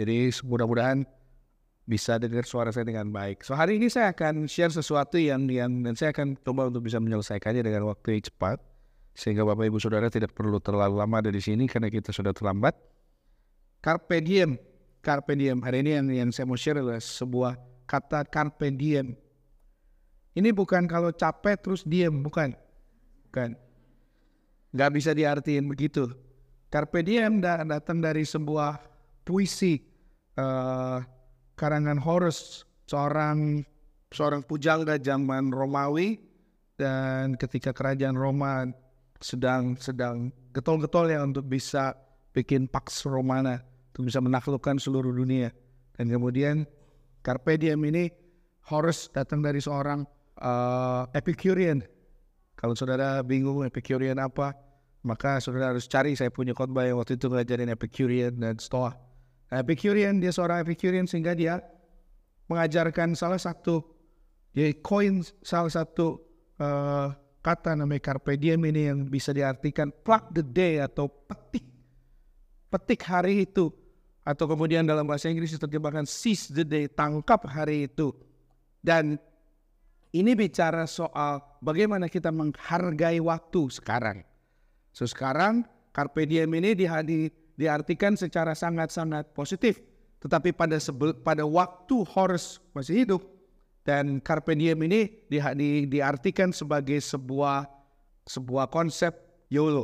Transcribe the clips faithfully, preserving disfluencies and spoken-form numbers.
Jadi mudah-mudahan bisa dengar suara saya dengan baik. So hari ini saya akan share sesuatu yang yang dan saya akan coba untuk bisa menyelesaikannya dengan waktu yang cepat, sehingga Bapak Ibu Saudara tidak perlu terlalu lama ada di sini karena kita sudah terlambat. Carpe diem, carpe diem. Hari ini yang, yang saya mau share adalah sebuah kata carpe diem. Ini bukan kalau capek terus diem, bukan, bukan. Nggak bisa diartiin begitu. Carpe diem datang dari sebuah puisi uh, karangan Horace, seorang seorang pujangga zaman Romawi, dan ketika kerajaan Roma sedang sedang getol-getol ya untuk bisa bikin Pax Romana, untuk bisa menaklukkan seluruh dunia. Dan kemudian Carpe diem ini Horace datang dari seorang uh, Epicurean. Kalau saudara bingung Epicurean apa, maka saudara harus cari. Saya punya khotbah yang waktu itu ngajarin Epicurean dan Stoa. Nah, Epicurean, dia seorang Epicurean sehingga dia mengajarkan salah satu, dia coin salah satu uh, kata namanya carpe diem ini yang bisa diartikan pluck the day atau petik, petik hari itu. Atau kemudian dalam bahasa Inggris diterjemahkan seize the day, tangkap hari itu. Dan ini bicara soal bagaimana kita menghargai waktu sekarang. So sekarang carpe diem ini di, di, diartikan secara sangat-sangat positif. Tetapi pada sebel, pada waktu Horace masih hidup, dan carpe diem ini di, di, diartikan sebagai sebuah sebuah konsep YOLO.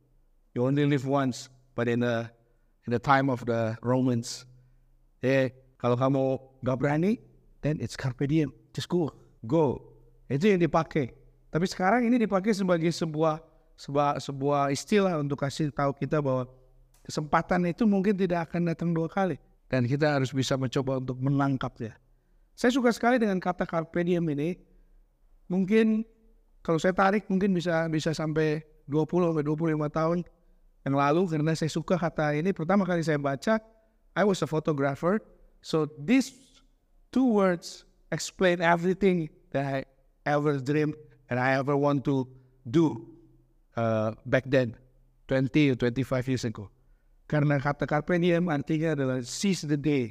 You only live once, but in the in the time of the Romans. Eh, kalau kamu gak berani, then it's carpe diem, just go, go. Itu yang dipakai. Tapi sekarang ini dipakai sebagai sebuah sebuah sebuah istilah untuk kasih tahu kita bahwa kesempatan itu mungkin tidak akan datang dua kali, dan kita harus bisa mencoba untuk menangkapnya. Saya suka sekali dengan kata carpe diem ini. Mungkin kalau saya tarik mungkin bisa bisa sampai dua puluh sampai dua puluh lima tahun yang lalu, karena saya suka kata ini. Pertama kali saya baca, I was a photographer, so these two words explain everything that I ever dreamed and I ever want to do uh, back then, twenty or twenty-five years ago. Karena kata carpe diem artinya adalah seize the day.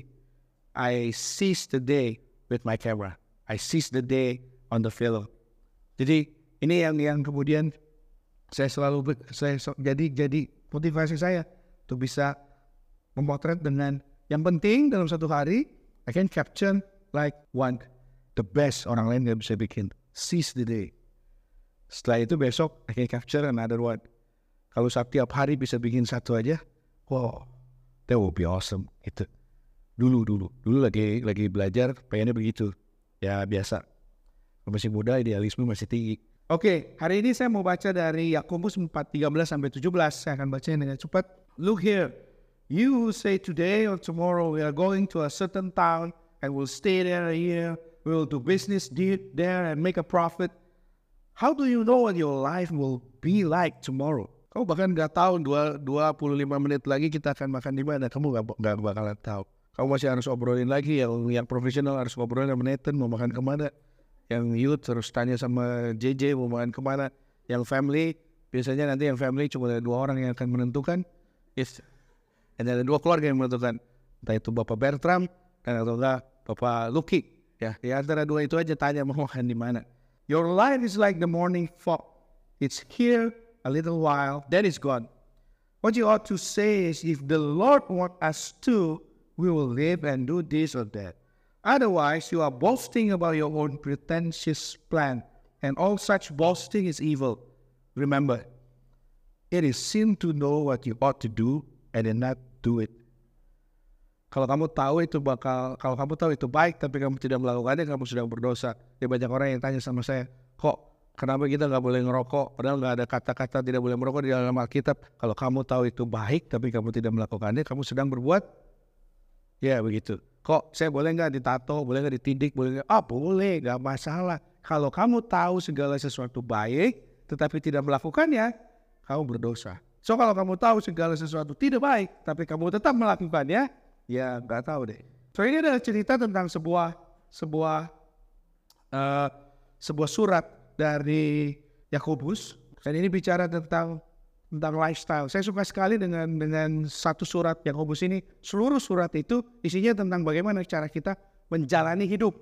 I seize the day with my camera. I seize the day on the film. Jadi ini yang yang kemudian saya selalu saya jadi jadi motivasi saya untuk bisa memotret dengan yang penting dalam satu hari. I can capture like one, the best orang lain nggak bisa bikin. Seize the day. Setelah itu besok I can capture another one. Kalau setiap hari bisa bikin satu aja, wow, that would be awesome. Itu dulu dulu dulu lagi lagi belajar pengennya begitu. Ya biasa. Masih muda, idealisme masih tinggi. Oke, okay, hari ini saya mau baca dari Yakobus empat tiga belas sampai tujuh belas. Saya akan baca dengan cepat. Look here, you who say today or tomorrow we are going to a certain town and we'll stay there a year, we will do business there and make a profit. How do you know what your life will be like tomorrow? Kamu bahkan nggak tahu dua puluh lima menit lagi kita akan makan di mana. Kamu nggak nggak bakalan tahu. Kamu masih harus obrolin lagi. Yang yang profesional harus ngobrolin sama Nathan mau makan kemana. Yang youth harus tanya sama J J mau makan kemana. Yang family, biasanya nanti yang family cuma ada dua orang yang akan menentukan. Yes. Dan ada dua keluarga yang menentukan. Entah itu Bapak Bertram dan atau enggak Bapak Lucky. Ya, di antara dua itu aja tanya mau makan di mana. Your life is like the morning fog. It's here a little while, then it's gone. What you ought to say is, if the Lord wants us to, we will live and do this or that. Otherwise, you are boasting about your own pretentious plan, and all such boasting is evil. Remember, it is sin to know what you ought to do and then not do it. Kalau kamu tahu itu bakal, kalau kamu tahu itu baik, tapi kamu tidak melakukannya, kamu sedang berdosa. Ya, banyak orang yang tanya sama saya, kok kenapa kita nggak boleh ngerokok? Padahal nggak ada kata-kata tidak boleh merokok di dalam Alkitab. Kalau kamu tahu itu baik, tapi kamu tidak melakukannya, kamu sedang berbuat, ya begitu. Kok saya boleh nggak ditato, boleh nggak ditindik, boleh nggak? Ah boleh, nggak masalah. Kalau kamu tahu segala sesuatu baik, tetapi tidak melakukannya, kamu berdosa. So kalau kamu tahu segala sesuatu tidak baik, tapi kamu tetap melakukannya, ya nggak tahu deh. So ini adalah cerita tentang sebuah sebuah uh, sebuah surat dari Yakobus, dan ini bicara tentang tentang lifestyle. Saya suka sekali dengan dengan satu surat Yakobus ini. Seluruh surat itu isinya tentang bagaimana cara kita menjalani hidup.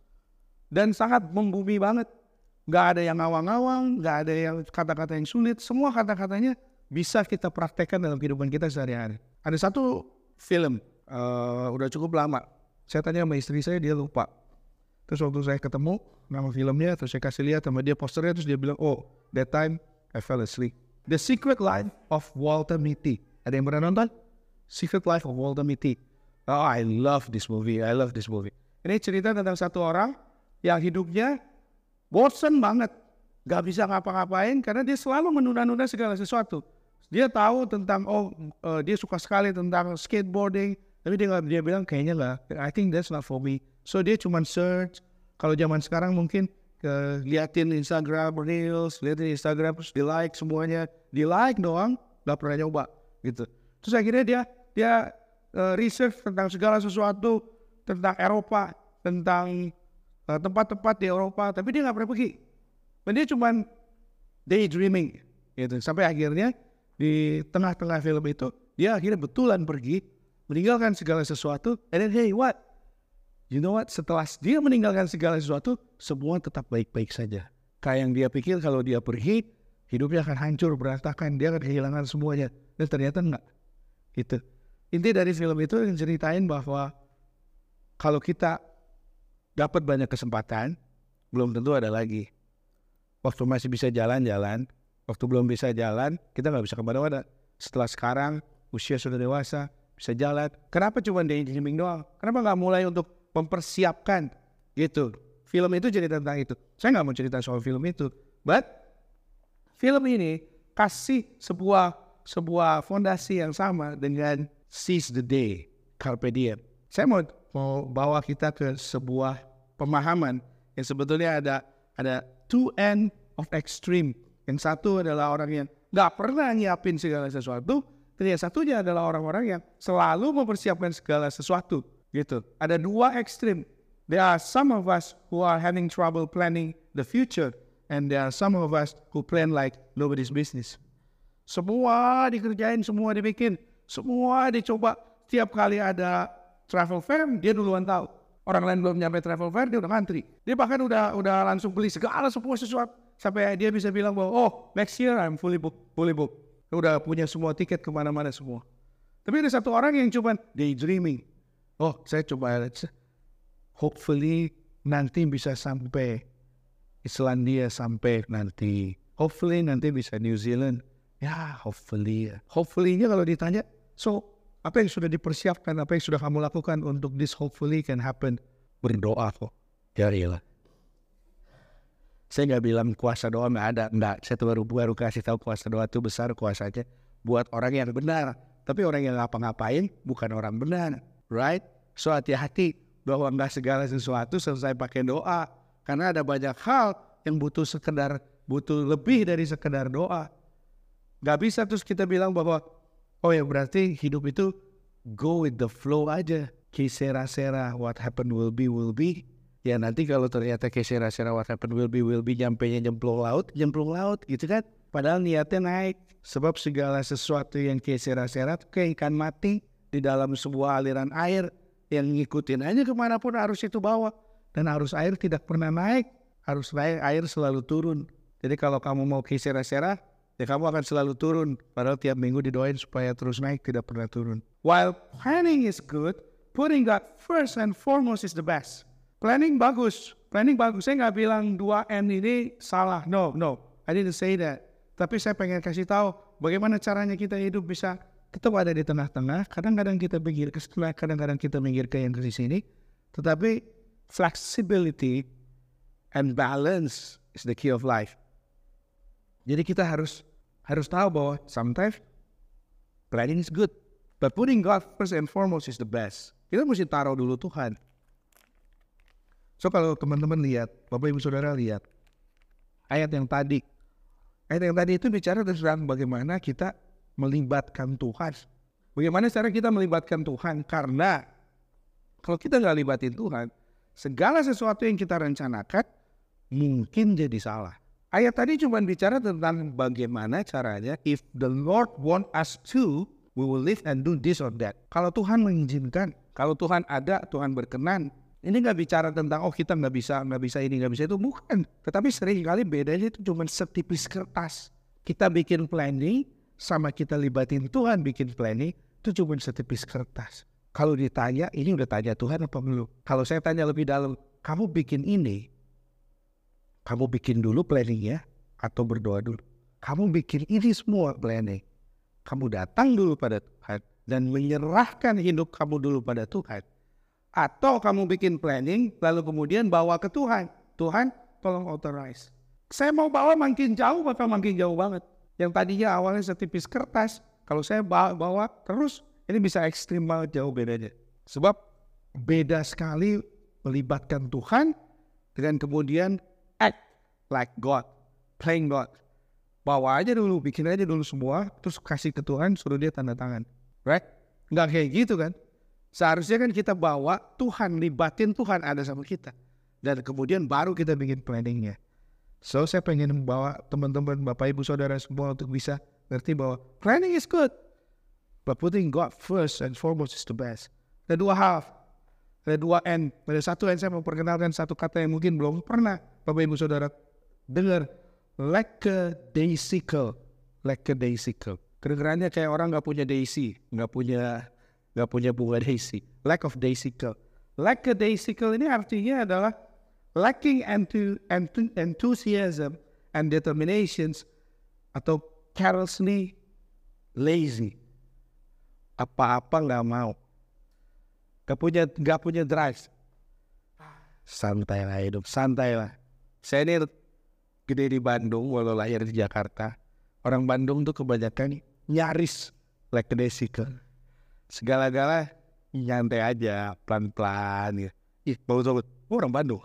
Dan sangat membumi banget. Gak ada yang ngawang-ngawang, gak ada yang kata-kata yang sulit. Semua kata-katanya bisa kita praktekkan dalam kehidupan kita sehari-hari. Ada satu film, uh, udah cukup lama. Saya tanya sama istri saya, dia lupa. Terus waktu saya ketemu nama filmnya, terus saya kasih lihat sama dia posternya, terus dia bilang, oh, that time I fell asleep. The Secret Life of Walter Mitty. Ada yang pernah nonton? Secret Life of Walter Mitty. Oh, I love this movie. I love this movie. Ini cerita tentang satu orang yang hidupnya bosen banget. Gak bisa ngapa-ngapain karena dia selalu menunda-nunda segala sesuatu. Dia tahu tentang, oh uh, dia suka sekali tentang skateboarding. Tapi dia, dia bilang kayaknya gak. I think that's not for me. So dia cuma search. Kalau zaman sekarang mungkin ke, liatin Instagram Reels, liatin Instagram terus di like semuanya. Di like doang, gak pernah nyoba gitu. Terus akhirnya dia dia uh, research tentang segala sesuatu, tentang Eropa, tentang uh, tempat-tempat di Eropa, tapi dia gak pernah pergi. Dan dia cuma daydreaming gitu. Sampai akhirnya di tengah-tengah film itu dia akhirnya betulan pergi, meninggalkan segala sesuatu, and then hey what? You know what? Setelah dia meninggalkan segala sesuatu, semua tetap baik-baik saja. Kayak yang dia pikir kalau dia pergi, hidupnya akan hancur, berantakan, dia akan kehilangan semuanya. Dan ternyata enggak. Gitu. Inti dari film itu yang ceritain bahwa kalau kita dapat banyak kesempatan, belum tentu ada lagi. Waktu masih bisa jalan-jalan, waktu belum bisa jalan, kita nggak bisa kemana-mana. Setelah sekarang, usia sudah dewasa, bisa jalan. Kenapa cuma daydreaming doang? Kenapa nggak mulai untuk mempersiapkan gitu? Film itu jadi tentang itu. Saya nggak mau cerita soal film itu, but film ini kasih sebuah sebuah fondasi yang sama dengan seize the day, carpe diem. Saya mau mau bawa kita ke sebuah pemahaman yang sebetulnya ada ada two end of extreme. Yang satu adalah orang yang nggak pernah nyiapin segala sesuatu, dan yang satunya adalah orang-orang yang selalu mempersiapkan segala sesuatu. Gitu. Ada dua ekstrim. There are some of us who are having trouble planning the future, and there are some of us who plan like nobody's business. Semua dikerjain, semua dibikin, semua dicoba. Tiap kali ada travel fair, dia duluan tahu. Orang lain belum nyampe travel fair, dia udah ngantri. Dia bahkan udah udah langsung beli segala semua sesuatu sampai dia bisa bilang bahwa oh next year I'm fully booked, fully booked. Udah punya semua tiket kemana-mana semua. Tapi ada satu orang yang cuma daydreaming. Oh, saya coba, hopefully nanti bisa sampai Islandia sampai nanti. Hopefully nanti bisa New Zealand. Ya, hopefully. Hopefully-nya kalau ditanya, so apa yang sudah dipersiapkan, apa yang sudah kamu lakukan untuk this hopefully can happen? Berdoa kok. Ya iyalah. Saya nggak bilang kuasa doa nggak ada. Enggak, saya tuh baru, baru kasih tahu kuasa doa itu besar kuasanya buat orang yang benar. Tapi orang yang ngapa-ngapain bukan orang benar. Right? So hati-hati bahwa nggak segala sesuatu selesai pakai doa. Karena ada banyak hal yang butuh sekedar, butuh lebih dari sekedar doa. Nggak bisa terus kita bilang bahwa, oh ya berarti hidup itu go with the flow aja. Kisera-sera, what happen will be, will be. Ya nanti kalau ternyata kisera-sera, what happen will be, will be, nyampenya nyemplung laut, nyemplung laut gitu kan. Padahal niatnya naik. Sebab segala sesuatu yang kisera-sera itu kayak ikan mati di dalam sebuah aliran air yang ngikutin aja kemanapun arus itu bawa. Dan arus air tidak pernah naik, arus air selalu turun. Jadi kalau kamu mau kisera-sera, ya kamu akan selalu turun. Padahal tiap minggu didoain supaya terus naik, tidak pernah turun. While planning is good, putting God first and foremost is the best. Planning bagus, planning bagus. Saya nggak bilang dua N ini salah. No, no, I didn't say that. Tapi saya pengen kasih tahu bagaimana caranya kita hidup bisa tetap ada di tengah-tengah. Kadang-kadang kita pikir ke sebelah, kadang-kadang kita mikir ke yang ke sini. Tetapi flexibility and balance is the key of life. Jadi kita harus harus tahu bahwa sometimes planning is good, but putting God first and foremost is the best. Kita mesti taruh dulu Tuhan. So kalau teman-teman lihat, Bapak Ibu Saudara lihat ayat yang tadi, ayat yang tadi itu bicara tentang bagaimana kita melibatkan Tuhan. Bagaimana cara kita melibatkan Tuhan? Karena kalau kita nggak libatin Tuhan, segala sesuatu yang kita rencanakan mungkin jadi salah. Ayat tadi cuma bicara tentang bagaimana caranya, if the Lord want us to, we will live and do this or that. Kalau Tuhan mengizinkan, kalau Tuhan ada, Tuhan berkenan. Ini nggak bicara tentang, oh kita nggak bisa, nggak bisa ini, nggak bisa itu. Bukan. Tetapi seringkali bedanya itu cuma setipis kertas. Kita bikin planning, sama kita libatin Tuhan bikin planning, itu cuma setipis kertas. Kalau ditanya, ini udah tanya Tuhan apa belum? Kalau saya tanya lebih dalam, kamu bikin ini, kamu bikin dulu planning ya, atau berdoa dulu. Kamu bikin ini semua planning. Kamu datang dulu pada Tuhan dan menyerahkan hidup kamu dulu pada Tuhan. Atau kamu bikin planning, lalu kemudian bawa ke Tuhan. Tuhan, tolong authorize. Saya mau bawa makin jauh, maka makin jauh banget. Yang tadinya awalnya setipis kertas, kalau saya bawa, bawa terus, ini bisa ekstrim banget jauh bedanya. Sebab beda sekali melibatkan Tuhan dengan kemudian act like God, playing God. Bawa aja dulu, bikin aja dulu semua, terus kasih ke Tuhan, suruh dia tanda tangan. Right? Nggak kayak gitu kan? Seharusnya kan kita bawa Tuhan, libatin Tuhan ada sama kita. Dan kemudian baru kita bikin planningnya. So saya pengen membawa teman-teman, Bapak Ibu Saudara semua untuk bisa ngerti bahwa planning is good. But putting God first and foremost is the best. Ada dua hal. Ada dua N. Ada satu N, saya mau perkenalkan satu kata yang mungkin belum pernah Bapak Ibu Saudara dengar. Lackadaisical. Lackadaisical. Kedengarannya kayak orang gak punya daisy. Gak punya gak punya bunga daisy. Lack of daisical. Lackadaisical ini artinya adalah lacking enth- enth- enthusiasm and determinations, atau carelessly lazy. Apa-apa gak mau. Gak punya, gak punya drive. Santai lah hidup, santai lah. Saya ini gede di Bandung, walau lahir di Jakarta. Orang Bandung tuh kebanyakan nyaris lackadaisical. Segala-gala nyantai aja, pelan-pelan. Gitu. Ih, bagus-bagus. Oh, orang Bandung.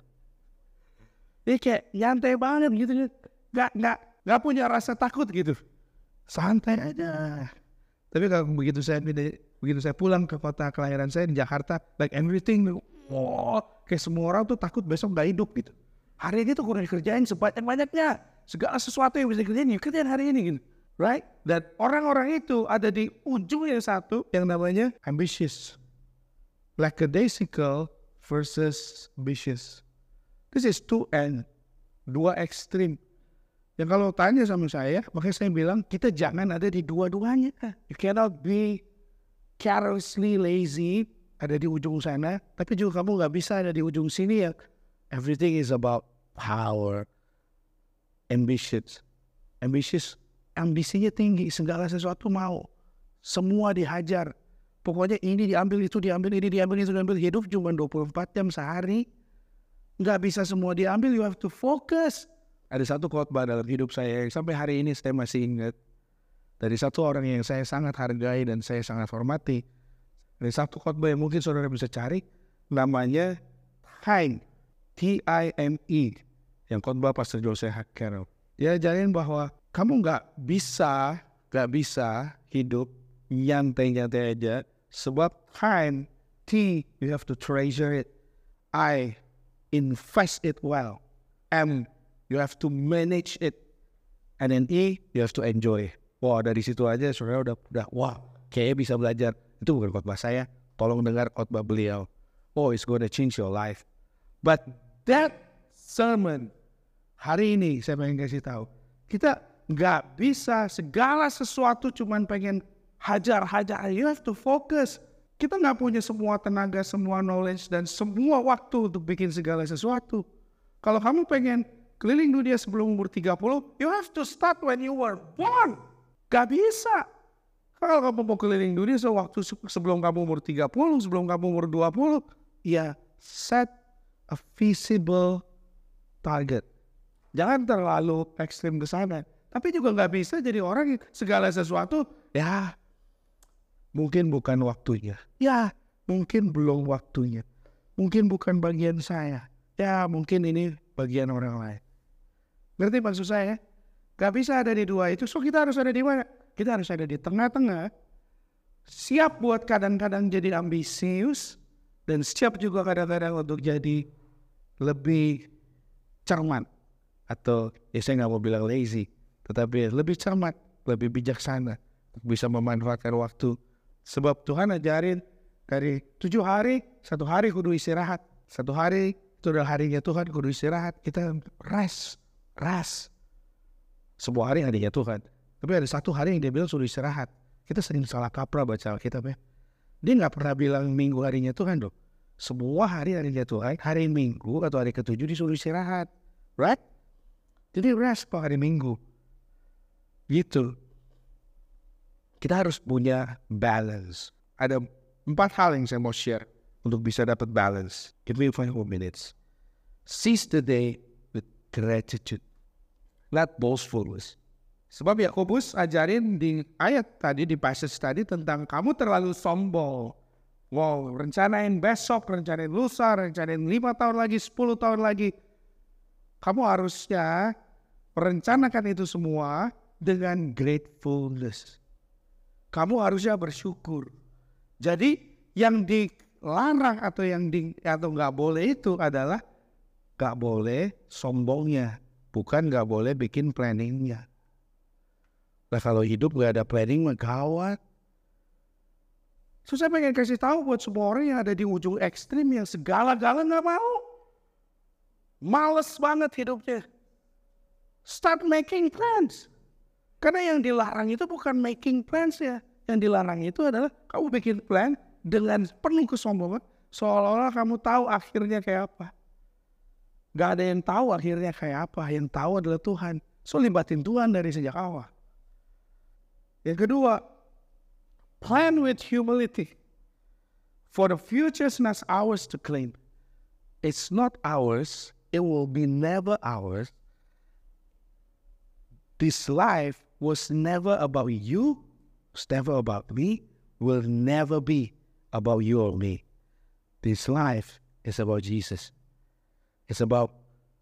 Ini kayak nyantai banget gitu. Gak, gak, gak punya rasa takut gitu. Santai aja. Tapi kalau begitu saya begitu saya pulang ke kota kelahiran saya di Jakarta, like everything, oh, kayak semua orang tuh takut besok gak hidup gitu. Hari ini tuh kurang dikerjain sebanyak-banyaknya. Segala sesuatu yang bisa dikerjain, ya kerjain hari ini gitu. Right? Dan orang-orang itu ada di ujung yang satu yang namanya ambitious. Lackadaisical versus ambitious. This is two end. Dua ekstrim. Yang kalau tanya sama saya, makanya saya bilang kita jangan ada di dua-duanya. You cannot be carelessly lazy, ada di ujung sana, tapi juga kamu gak bisa ada di ujung sini ya. Everything is about power, ambitious. Ambitious, ambisinya tinggi, segala sesuatu mau. Semua dihajar. Pokoknya ini diambil, itu diambil, ini diambil, itu diambil. Hidup cuma dua puluh empat jam sehari. Gak bisa semua diambil, you have to focus. Ada satu khotbah dalam hidup saya yang sampai hari ini saya masih ingat. Dari satu orang yang saya sangat hargai dan saya sangat hormati. Ada satu khotbah yang mungkin saudara bisa cari. Namanya Time. T I M E. Yang khotbah Pastor Joseph Carroll. Dia ajarin bahwa kamu gak bisa, gak bisa hidup nyantai-nyantai aja. Sebab time, T, you have to treasure it. I, invest it well. M, you have to manage it. And then E, you have to enjoy. Wah, dari situ aja saudara udah, udah wah, kayaknya bisa belajar. Itu bukan khotbah saya. Tolong dengar khotbah beliau. Oh, it's gonna change your life. But that sermon, hari ini saya pengen kasih tahu. Kita nggak bisa segala sesuatu cuman pengen hajar-hajar. You have to focus. Kita nggak punya semua tenaga, semua knowledge, dan semua waktu untuk bikin segala sesuatu. Kalau kamu pengen keliling dunia sebelum umur tiga puluh, you have to start when you were born. Gak bisa. Kalau kamu mau keliling dunia sewaktu sebelum kamu umur tiga puluh, sebelum kamu umur dua puluh, ya set a feasible target. Jangan terlalu ekstrim ke sana. Tapi juga gak bisa jadi orang yang segala sesuatu, ya mungkin bukan waktunya. Ya mungkin belum waktunya. Mungkin bukan bagian saya. Ya mungkin ini bagian orang lain. Ngerti maksud saya? Gak bisa ada di dua itu. So kita harus ada di mana? Kita harus ada di tengah-tengah. Siap buat kadang-kadang jadi ambisius. Dan siap juga kadang-kadang untuk jadi lebih cermat. atau ya saya nggak mau bilang lazy, tetapi lebih cermat, lebih bijaksana, bisa memanfaatkan waktu. Sebab Tuhan ajarin dari tujuh hari, satu hari kudu istirahat. Satu hari itu adalah harinya Tuhan, kudu istirahat. Kita rest, rest. Semua hari harinya Tuhan. Tapi ada satu hari yang dia bilang suruh istirahat. Kita sering salah kaprah baca Alkitab ya. Dia nggak pernah bilang minggu harinya Tuhan dong. Semua hari harinya Tuhan, hari Minggu atau hari ketujuh disuruh istirahat. Right? Jadi rest kok hari Minggu. Gitu. Kita harus punya balance. Ada empat hal yang saya mau share untuk bisa dapat balance. Give me five more minutes. Seize the day with gratitude, not boastfulness. Sebab Yakobus ajarin di ayat tadi, di passage tadi tentang kamu terlalu sombong. Wow, rencanain besok, rencanain lusa, rencanain lima tahun lagi, sepuluh tahun lagi. Kamu harusnya merencanakan itu semua dengan gratefulness. Kamu harusnya bersyukur. Jadi yang dilarang atau yang di atau nggak boleh itu adalah nggak boleh sombongnya, bukan nggak boleh bikin planningnya. Nah kalau hidup nggak ada planning mah gawat. So saya pengen kasih tahu buat semua orang yang ada di ujung ekstrim yang segala-gala nggak mau, males banget hidupnya. Start making plans. Karena yang dilarang itu bukan making plans ya. Yang dilarang itu adalah kamu bikin plan dengan penuh kesombongan. Seolah-olah kamu tahu akhirnya kayak apa. Gak ada yang tahu akhirnya kayak apa. Yang tahu adalah Tuhan. So libatin Tuhan dari sejak awal. Yang kedua, plan with humility. For the future is not ours to claim. It's not ours. It will be never ours. This life was never about you, was never about me, will never be about you or me. This life is about Jesus. It's about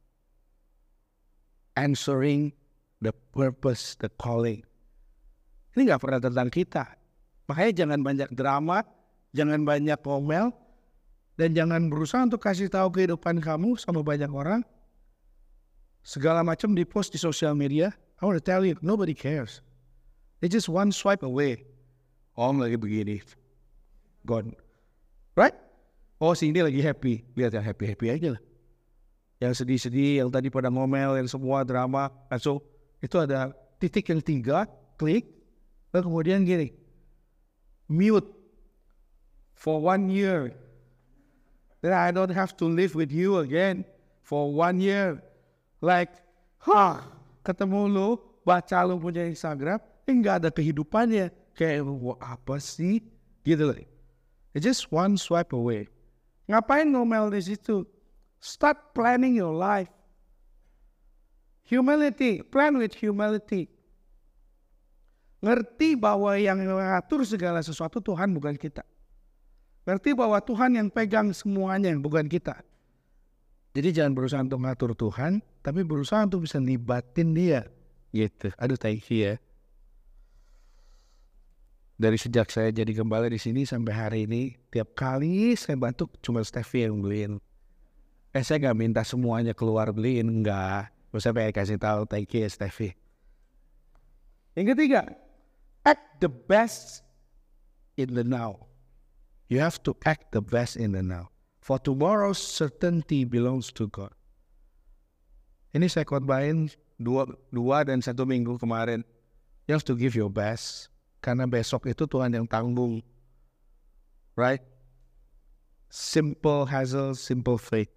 answering the purpose, the calling. Ini gak pernah tentang kita. Makanya jangan banyak drama, jangan banyak ngomel, dan jangan berusaha untuk kasih tahu kehidupan kamu sama banyak orang. Segala macam di post di sosial media. I want to tell you, nobody cares. It's just one swipe away. Om lagi begini. Gone. Right? Oh si ini lagi happy. Lihat yang happy-happy aja lah. Yang sedih-sedih, yang tadi pada ngomel, yang semua drama. And so, itu ada titik yang tiga, klik. Lalu kemudian gini. Mute. For one year. Then I don't have to live with you again. For one year. Like, huh. Ketemu lu, baca lu punya Instagram, eh gak ada kehidupannya. Kayak, wah apa sih? Gitu loh. It's just one swipe away. Ngapain ngomel di situ? Start planning your life. Humility, plan with humility. Ngerti bahwa yang mengatur segala sesuatu Tuhan bukan kita. Ngerti bahwa Tuhan yang pegang semuanya, bukan kita. Jadi jangan berusaha untuk ngatur Tuhan, tapi berusaha untuk bisa libatin dia. Gitu. Aduh, thank you ya. Dari sejak saya jadi gembala di sini sampai hari ini, tiap kali saya bantu cuma Steffi yang beliin. Eh saya nggak minta semuanya keluar beliin, enggak. Terus saya pengen kasih tahu, thank you ya Steffi. Yang ketiga, act the best in the now. You have to act the best in the now. For tomorrow's certainty belongs to God. Ini saya khotbahin dua, dua dan satu minggu kemarin. You have to give your best. Karena besok itu Tuhan yang tanggung. Right? Simple hassle, simple faith.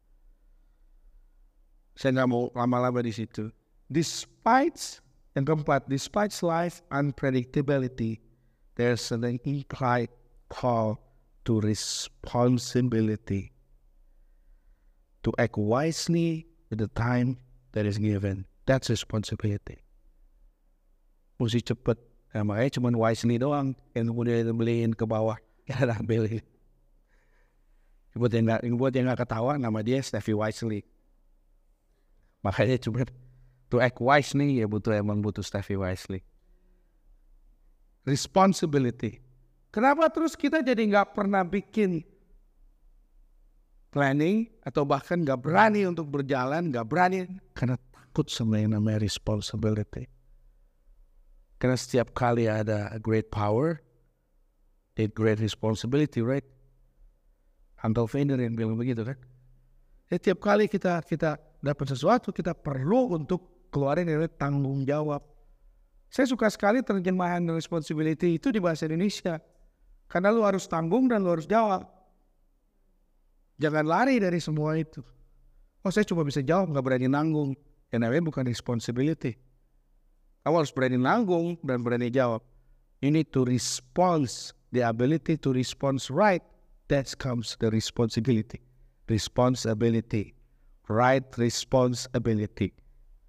Saya nggak mau lama-lama di situ. Despite, yang keempat, despite life unpredictability, there's an implied call to responsibility, to act wisely with the time that is given. That's responsibility. Mesti cepet. Nah, makanya cuma wisely doang yang kemudian beliin ke bawah. Ya lah beli. Buat yang nggak, buat yang nggak ketawa, nama dia Steffi Wisely. Makanya cuma to act wisely ya butuh emang butuh Steffi Wisely. Responsibility. Kenapa terus kita jadi nggak pernah bikin planning atau bahkan nggak berani untuk berjalan, nggak berani karena takut takut sama yang namanya responsibility. Karena setiap kali ada great power, need great responsibility, right? Uncle Vader yang bilang begitu kan. Setiap kali kita kita dapat sesuatu, kita perlu untuk keluarin dari tanggung jawab. Saya suka sekali terjemahan responsibility itu di bahasa Indonesia. Karena lu harus tanggung dan lu harus jawab. Jangan lari dari semua itu. Oh, saya cuma bisa jawab, gak berani nanggung. Yang namanya bukan responsibility. Kamu harus berani nanggung dan berani jawab. You need to respond. The ability to respond right. That comes the responsibility. Responsibility. Right responsibility.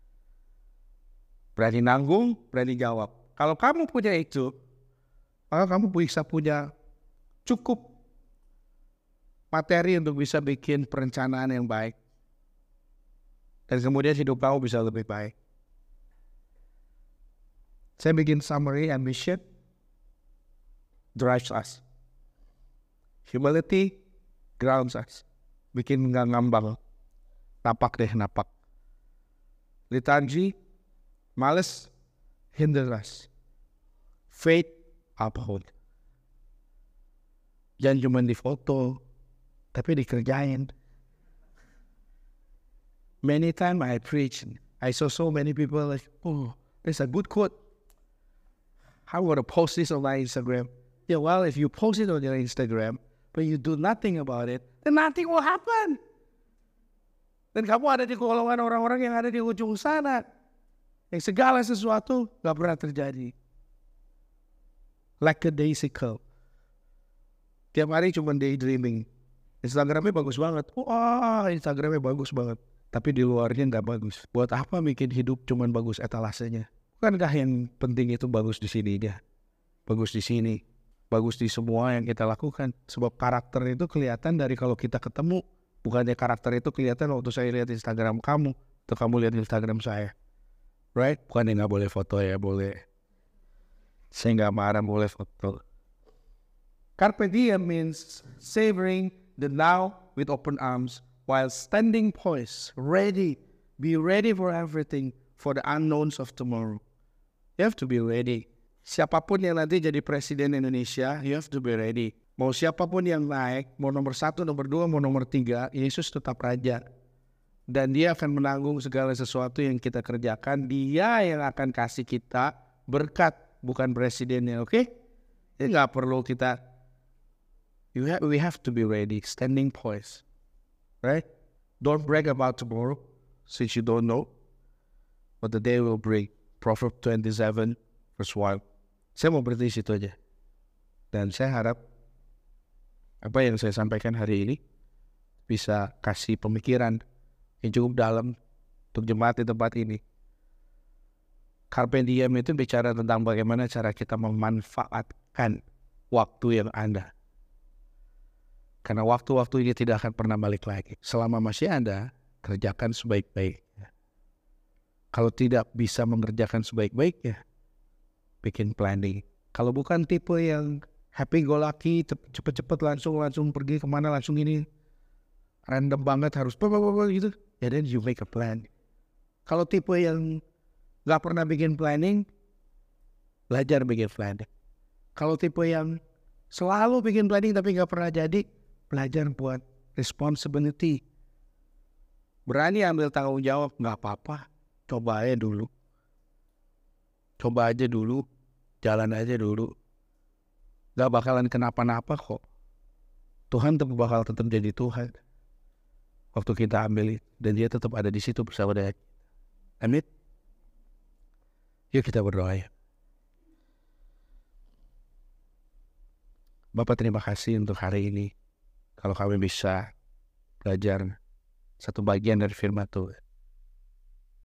Berani nanggung, berani jawab. Kalau kamu punya itu, maka kamu bisa punya cukup materi untuk bisa bikin perencanaan yang baik. Dan kemudian hidup kamu bisa lebih baik. Saya bikin summary ambition drives us. Humility grounds us. Bikin nggak ngambang. Napak deh, napak. Lethargy, males, hinder us. Faith, uphold. Jangan cuma di foto, tapi dikerjain. Many times I preach, I saw so many people like, oh, there's a good quote. I want to post this on my Instagram. Yeah, well, if you post it on your Instagram, but you do nothing about it, then nothing will happen. Dan kamu ada di golongan orang-orang yang ada di ujung sana. Yang segala sesuatu gak pernah terjadi. Like a daisical. Tiap hari cuma daydreaming. Instagramnya bagus banget. Wah, Instagramnya bagus banget. Tapi di luarnya gak bagus. Buat apa bikin hidup cuma bagus etalasenya? Bukankah yang penting itu bagus di sininya? Bagus di sini. Bagus di semua yang kita lakukan. Sebab karakter itu kelihatan dari kalau kita ketemu. Bukannya karakter itu kelihatan waktu saya lihat Instagram kamu. Atau kamu lihat Instagram saya. Right? Bukannya gak boleh foto ya, boleh. Saya gak marah boleh foto. Carpe diem means savoring the now with open arms while standing poised, ready. Be ready for everything, for the unknowns of tomorrow. You have to be ready. Siapapun yang nanti jadi presiden Indonesia, you have to be ready. Mau siapapun yang naik, mau nomor satu, nomor dua, mau nomor tiga, Yesus tetap raja. Dan dia akan menanggung segala sesuatu yang kita kerjakan. Dia yang akan kasih kita berkat, bukan presidennya, oke? Okay? Jadi nggak perlu kita. You have, we have to be ready, standing poised, right? Don't brag about tomorrow, since you don't know what the day will bring. Proverbs twenty-seven verse one. Saya mau berhenti situ aja. Dan saya harap apa yang saya sampaikan hari ini bisa kasih pemikiran yang cukup dalam untuk jemaat di tempat ini. Carpe diem itu bicara tentang bagaimana cara kita memanfaatkan waktu yang ada. Karena waktu-waktu ini tidak akan pernah balik lagi. Selama masih ada, kerjakan sebaik-baiknya. Kalau tidak bisa mengerjakan sebaik-baiknya, bikin planning. Kalau bukan tipe yang happy go lucky, cepet-cepet langsung langsung pergi kemana langsung ini random banget harus apa-apa gitu, ya then you make a plan. Kalau tipe yang nggak pernah bikin planning, belajar bikin planning. Kalau tipe yang selalu bikin planning tapi nggak pernah jadi, belajar buat responsibility. Berani ambil tanggung jawab, nggak apa-apa, coba aja dulu. Coba aja dulu, jalan aja dulu. Gak bakalan kenapa-napa kok. Tuhan tetap bakal tetap jadi Tuhan. Waktu kita ambil, dan dia tetap ada di situ bersama dengan kita. Amin. Yuk kita berdoa ya. Bapak terima kasih untuk hari ini. Kalau kami bisa belajar satu bagian dari firman Tuhan.